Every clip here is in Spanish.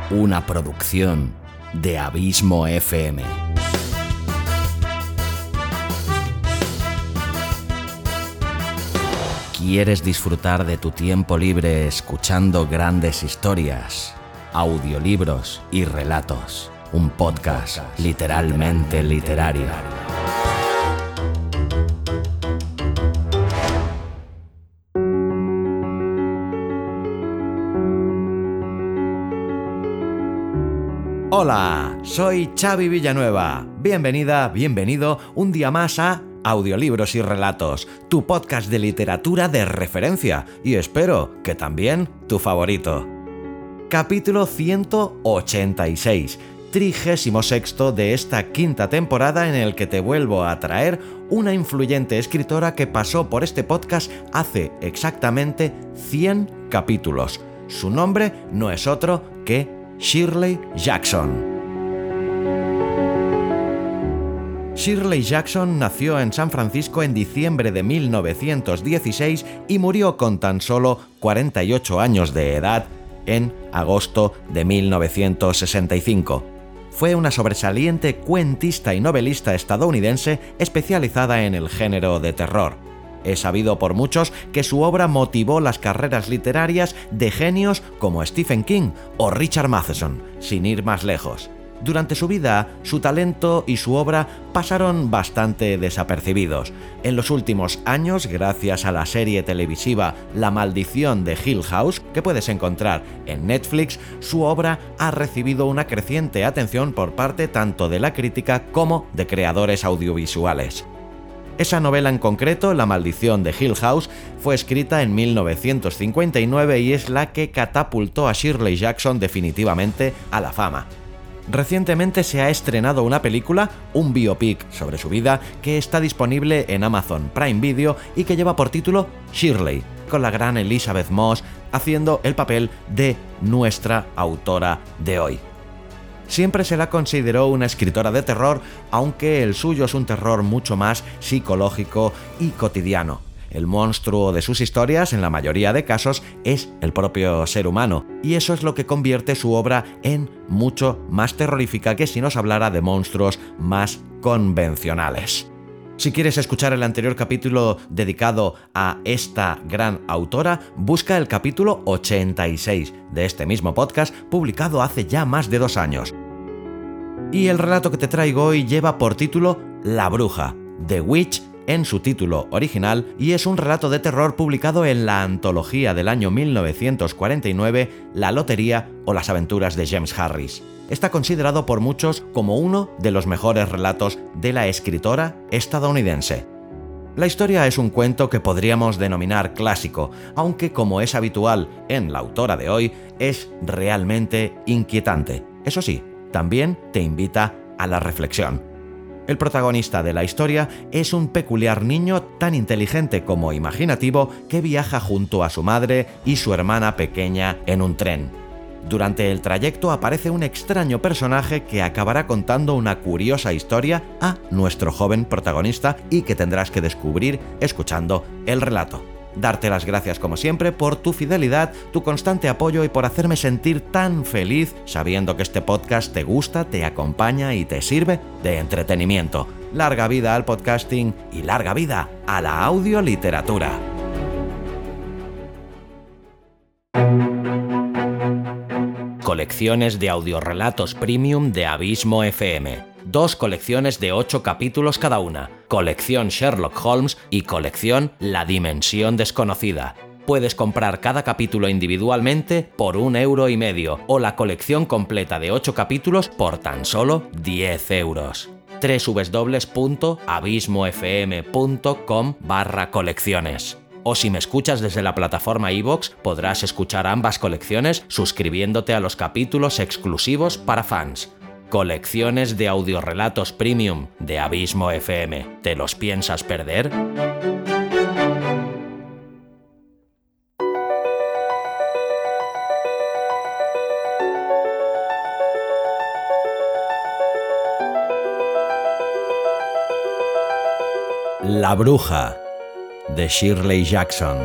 una producción de Abismo FM. ¿Quieres disfrutar de tu tiempo libre escuchando grandes historias, audiolibros y relatos? Un podcast literalmente literario. Hola, soy Xavi Villanueva. Bienvenida, bienvenido un día más a Audiolibros y Relatos, tu podcast de literatura de referencia y espero que también tu favorito. Capítulo 186, 36º de esta quinta temporada en el que te vuelvo a traer una influyente escritora que pasó por este podcast hace exactamente 100 capítulos. Su nombre no es otro que Shirley Jackson. Shirley Jackson nació en San Francisco en diciembre de 1916 y murió con tan solo 48 años de edad en agosto de 1965. Fue una sobresaliente cuentista y novelista estadounidense especializada en el género de terror. Es sabido por muchos que su obra motivó las carreras literarias de genios como Stephen King o Richard Matheson, sin ir más lejos. Durante su vida, su talento y su obra pasaron bastante desapercibidos. En los últimos años, gracias a la serie televisiva La Maldición de Hill House, que puedes encontrar en Netflix, su obra ha recibido una creciente atención por parte tanto de la crítica como de creadores audiovisuales. Esa novela en concreto, La Maldición de Hill House, fue escrita en 1959 y es la que catapultó a Shirley Jackson definitivamente a la fama. Recientemente se ha estrenado una película, un biopic sobre su vida, que está disponible en Amazon Prime Video y que lleva por título Shirley, con la gran Elisabeth Moss haciendo el papel de nuestra autora de hoy. Siempre se la consideró una escritora de terror, aunque el suyo es un terror mucho más psicológico y cotidiano. El monstruo de sus historias, en la mayoría de casos, es el propio ser humano, y eso es lo que convierte su obra en mucho más terrorífica que si nos hablara de monstruos más convencionales. Si quieres escuchar el anterior capítulo dedicado a esta gran autora, busca el capítulo 86 de este mismo podcast, publicado hace ya más de 2 años. Y el relato que te traigo hoy lleva por título La Bruja, The Witch, en su título original, y es un relato de terror publicado en la antología del año 1949, La Lotería o las aventuras de James Harris. Está considerado por muchos como uno de los mejores relatos de la escritora estadounidense. La historia es un cuento que podríamos denominar clásico, aunque como es habitual en la autora de hoy, es realmente inquietante. Eso sí, también te invita a la reflexión. El protagonista de la historia es un peculiar niño tan inteligente como imaginativo que viaja junto a su madre y su hermana pequeña en un tren. Durante el trayecto aparece un extraño personaje que acabará contando una curiosa historia a nuestro joven protagonista y que tendrás que descubrir escuchando el relato. Darte las gracias como siempre por tu fidelidad, tu constante apoyo y por hacerme sentir tan feliz sabiendo que este podcast te gusta, te acompaña y te sirve de entretenimiento. Larga vida al podcasting y larga vida a la audioliteratura. Colecciones de audiorelatos premium de Abismo FM. 2 colecciones de 8 capítulos cada una, colección Sherlock Holmes y colección La Dimensión Desconocida. Puedes comprar cada capítulo individualmente por 1,5 € o la colección completa de 8 capítulos por tan solo 10 €. www.abismofm.com/colecciones. O si me escuchas desde la plataforma iVoox, podrás escuchar ambas colecciones suscribiéndote a los capítulos exclusivos para fans. Colecciones de audiorelatos premium de Abismo FM. ¿Te los piensas perder? La Bruja, de Shirley Jackson.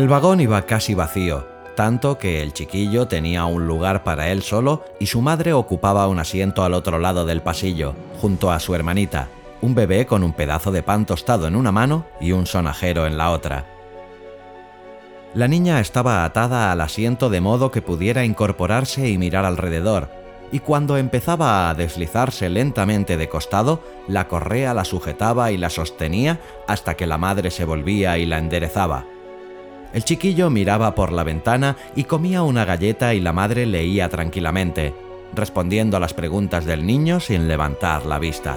El vagón iba casi vacío, tanto que el chiquillo tenía un lugar para él solo y su madre ocupaba un asiento al otro lado del pasillo, junto a su hermanita, un bebé con un pedazo de pan tostado en una mano y un sonajero en la otra. La niña estaba atada al asiento de modo que pudiera incorporarse y mirar alrededor, y cuando empezaba a deslizarse lentamente de costado, la correa la sujetaba y la sostenía hasta que la madre se volvía y la enderezaba. El chiquillo miraba por la ventana y comía una galleta y la madre leía tranquilamente, respondiendo a las preguntas del niño sin levantar la vista.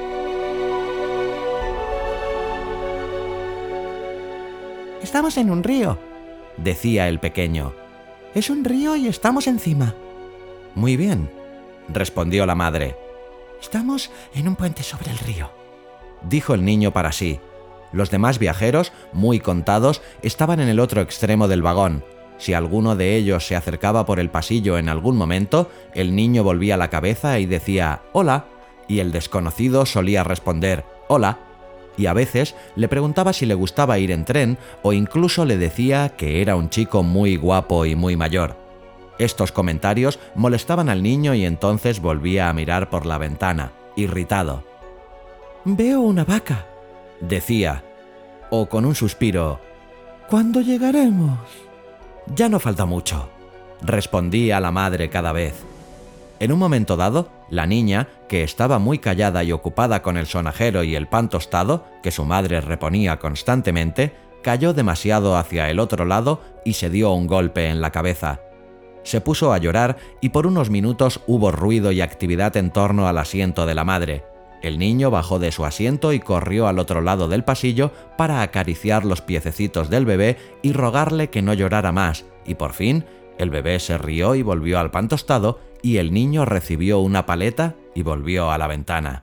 «Estamos en un río», decía el pequeño. «Es un río y estamos encima». «Muy bien», respondió la madre. «Estamos en un puente sobre el río», dijo el niño para sí. Los demás viajeros, muy contados, estaban en el otro extremo del vagón. Si alguno de ellos se acercaba por el pasillo en algún momento, el niño volvía la cabeza y decía «Hola», y el desconocido solía responder «Hola», y a veces le preguntaba si le gustaba ir en tren o incluso le decía que era un chico muy guapo y muy mayor. Estos comentarios molestaban al niño y entonces volvía a mirar por la ventana, irritado. «Veo una vaca», decía, o con un suspiro, «¿Cuándo llegaremos?» «Ya no falta mucho», respondía la madre cada vez. En un momento dado, la niña, que estaba muy callada y ocupada con el sonajero y el pan tostado, que su madre reponía constantemente, cayó demasiado hacia el otro lado y se dio un golpe en la cabeza. Se puso a llorar y por unos minutos hubo ruido y actividad en torno al asiento de la madre. El niño bajó de su asiento y corrió al otro lado del pasillo para acariciar los piececitos del bebé y rogarle que no llorara más, y por fin el bebé se rió y volvió al pan tostado, y el niño recibió una paleta y volvió a la ventana.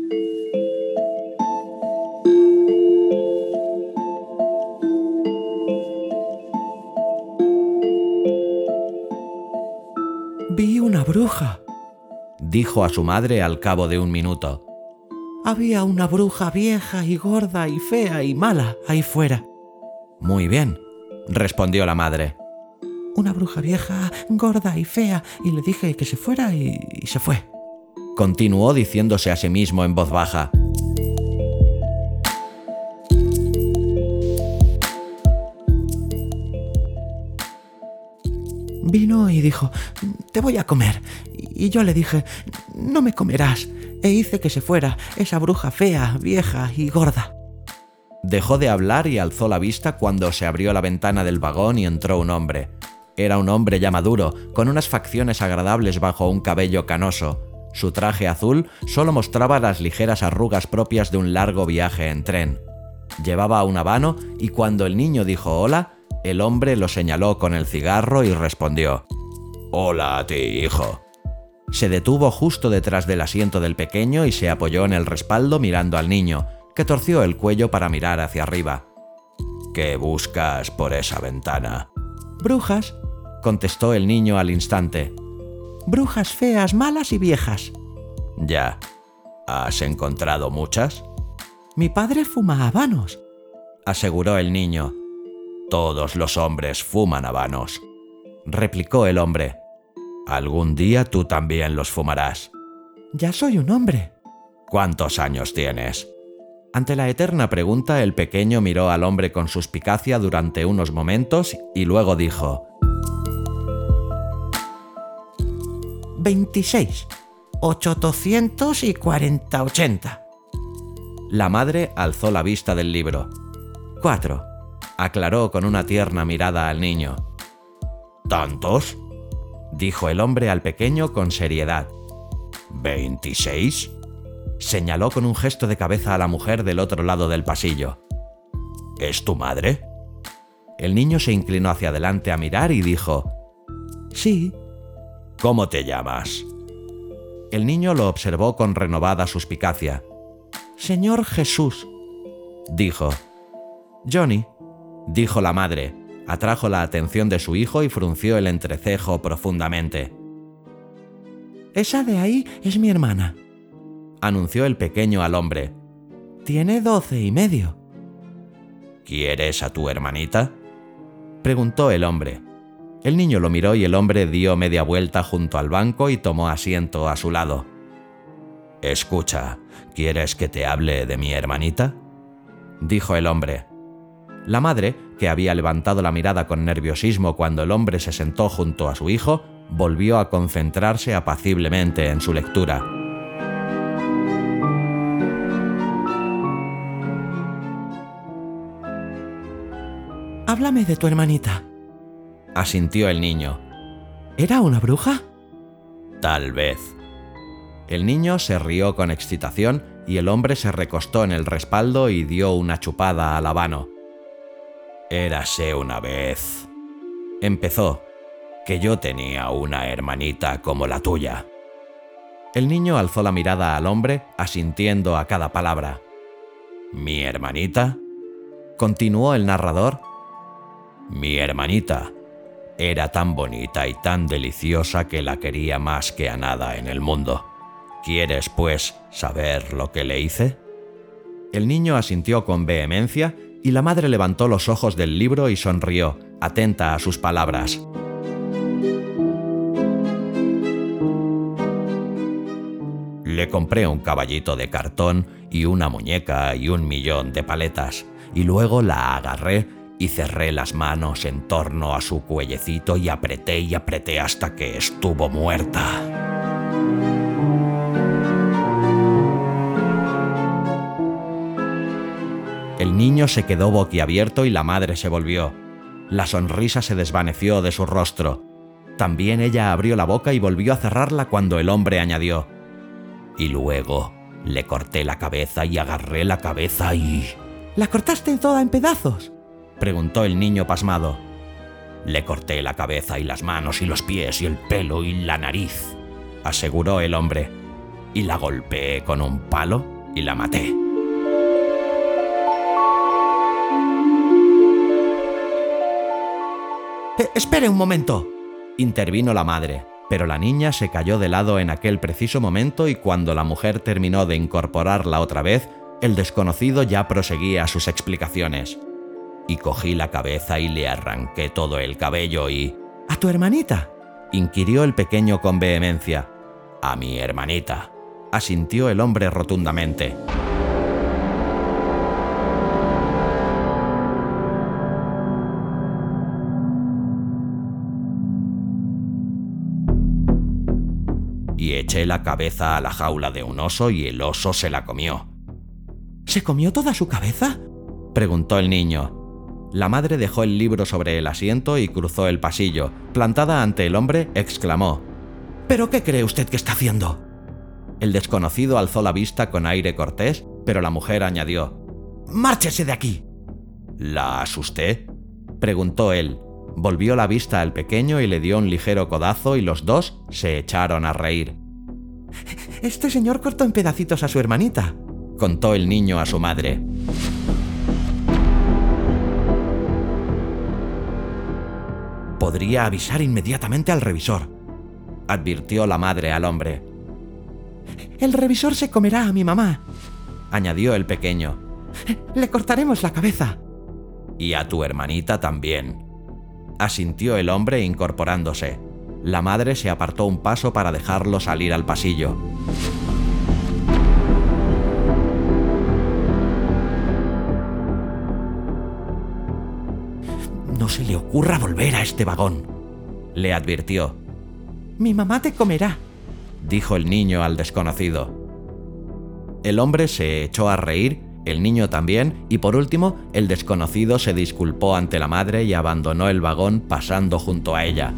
«Vi una bruja», dijo a su madre al cabo de un minuto. «Había una bruja vieja y gorda y fea y mala ahí fuera». «Muy bien», respondió la madre. «Una bruja vieja, gorda y fea, y le dije que se fuera y se fue», continuó diciéndose a sí mismo en voz baja. Vino y dijo: «Te voy a comer». Y yo le dije: «No me comerás». E hice que se fuera esa bruja fea, vieja y gorda. Dejó de hablar y alzó la vista cuando se abrió la ventana del vagón y entró un hombre. Era un hombre ya maduro, con unas facciones agradables bajo un cabello canoso. Su traje azul solo mostraba las ligeras arrugas propias de un largo viaje en tren. Llevaba un habano y cuando el niño dijo hola, el hombre lo señaló con el cigarro y respondió: «Hola a ti, hijo». Se detuvo justo detrás del asiento del pequeño y se apoyó en el respaldo mirando al niño, que torció el cuello para mirar hacia arriba. «¿Qué buscas por esa ventana?» «Brujas», contestó el niño al instante. «Brujas feas, malas y viejas». «Ya. ¿Has encontrado muchas?» «Mi padre fuma habanos», aseguró el niño. «Todos los hombres fuman habanos», replicó el hombre. «Algún día tú también los fumarás». «Ya soy un hombre». «¿Cuántos años tienes?» Ante la eterna pregunta, el pequeño miró al hombre con suspicacia durante unos momentos y luego dijo: 26, 840. La madre alzó la vista del libro. 4, aclaró con una tierna mirada al niño. ¿Tantos?, dijo el hombre al pequeño con seriedad. ¿26? Señaló con un gesto de cabeza a la mujer del otro lado del pasillo. ¿Es tu madre? El niño se inclinó hacia adelante a mirar y dijo: «Sí». «¿Cómo te llamas?» El niño lo observó con renovada suspicacia. «Señor Jesús», dijo. «Johnny», dijo la madre. Atrajo la atención de su hijo y frunció el entrecejo profundamente. «Esa de ahí es mi hermana», anunció el pequeño al hombre. «Tiene 12 y medio». ¿Quieres a tu hermanita?», preguntó el hombre. El niño lo miró y el hombre dio media vuelta junto al banco y tomó asiento a su lado. «Escucha, ¿quieres que te hable de mi hermanita?», dijo el hombre. La madre, que había levantado la mirada con nerviosismo cuando el hombre se sentó junto a su hijo, volvió a concentrarse apaciblemente en su lectura. «Háblame de tu hermanita», asintió el niño. «¿Era una bruja?». «Tal vez». El niño se rió con excitación y el hombre se recostó en el respaldo y dio una chupada al habano. «Érase una vez», empezó, «que yo tenía una hermanita como la tuya». El niño alzó la mirada al hombre, asintiendo a cada palabra. «¿Mi hermanita?», continuó el narrador. «Mi hermanita era tan bonita y tan deliciosa que la quería más que a nada en el mundo. ¿Quieres, pues, saber lo que le hice?». El niño asintió con vehemencia y la madre levantó los ojos del libro y sonrió, atenta a sus palabras. «Le compré un caballito de cartón y una muñeca y 1.000.000 de paletas, y luego la agarré y cerré las manos en torno a su cuellecito y apreté hasta que estuvo muerta». El niño se quedó boquiabierto y la madre se volvió. La sonrisa se desvaneció de su rostro. También ella abrió la boca y volvió a cerrarla cuando el hombre añadió: «Y luego le corté la cabeza y agarré la cabeza y...». «¿La cortaste toda en pedazos?», preguntó el niño pasmado. «Le corté la cabeza y las manos y los pies y el pelo y la nariz», aseguró el hombre. «Y la golpeé con un palo y la maté». «Espere un momento», intervino la madre, pero la niña se cayó de lado en aquel preciso momento y cuando la mujer terminó de incorporarla otra vez, el desconocido ya proseguía sus explicaciones. «Y cogí la cabeza y le arranqué todo el cabello y...». «¿A tu hermanita?», inquirió el pequeño con vehemencia. «A mi hermanita», asintió el hombre rotundamente. «Y eché la cabeza a la jaula de un oso y el oso se la comió». «¿Se comió toda su cabeza?», preguntó el niño. La madre dejó el libro sobre el asiento y cruzó el pasillo. Plantada ante el hombre, exclamó: «¿Pero qué cree usted que está haciendo?». El desconocido alzó la vista con aire cortés, pero la mujer añadió: «Márchese de aquí». «¿La asusté?», preguntó él. Volvió la vista al pequeño y le dio un ligero codazo y los dos se echaron a reír. «Este señor cortó en pedacitos a su hermanita», contó el niño a su madre. «Podría avisar inmediatamente al revisor», advirtió la madre al hombre. «El revisor se comerá a mi mamá», añadió el pequeño. «Le cortaremos la cabeza». «Y a tu hermanita también», asintió el hombre incorporándose. La madre se apartó un paso para dejarlo salir al pasillo. «No se le ocurra volver a este vagón», le advirtió. «Mi mamá te comerá», dijo el niño al desconocido. El hombre se echó a reír, el niño también, y por último, el desconocido se disculpó ante la madre y abandonó el vagón pasando junto a ella.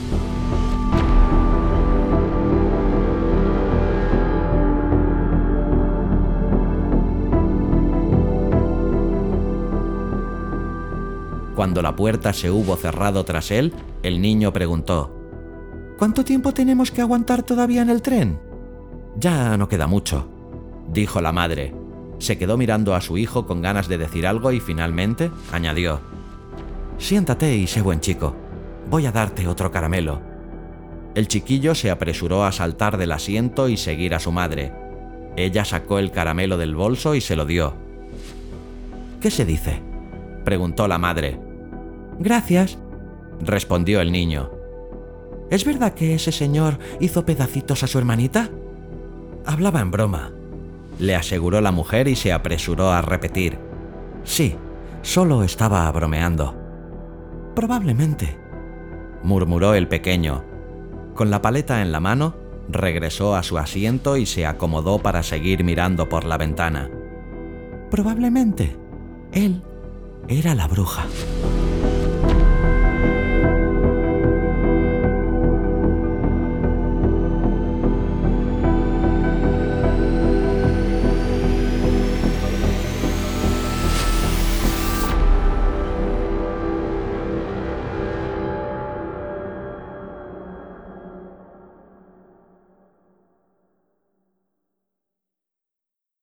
Cuando la puerta se hubo cerrado tras él, el niño preguntó: «¿Cuánto tiempo tenemos que aguantar todavía en el tren?». «Ya no queda mucho», dijo la madre. Se quedó mirando a su hijo con ganas de decir algo y finalmente añadió: «Siéntate y sé buen chico. Voy a darte otro caramelo». El chiquillo se apresuró a saltar del asiento y seguir a su madre. Ella sacó el caramelo del bolso y se lo dio. «¿Qué se dice?», preguntó la madre. «Gracias», respondió el niño. ¿Es verdad que ese señor hizo pedacitos a su hermanita? Hablaba en broma, le aseguró la mujer y se apresuró a repetir. Sí, solo estaba bromeando. Probablemente, murmuró el pequeño. Con la paleta en la mano, regresó a su asiento y se acomodó para seguir mirando por la ventana. Probablemente, él era la bruja.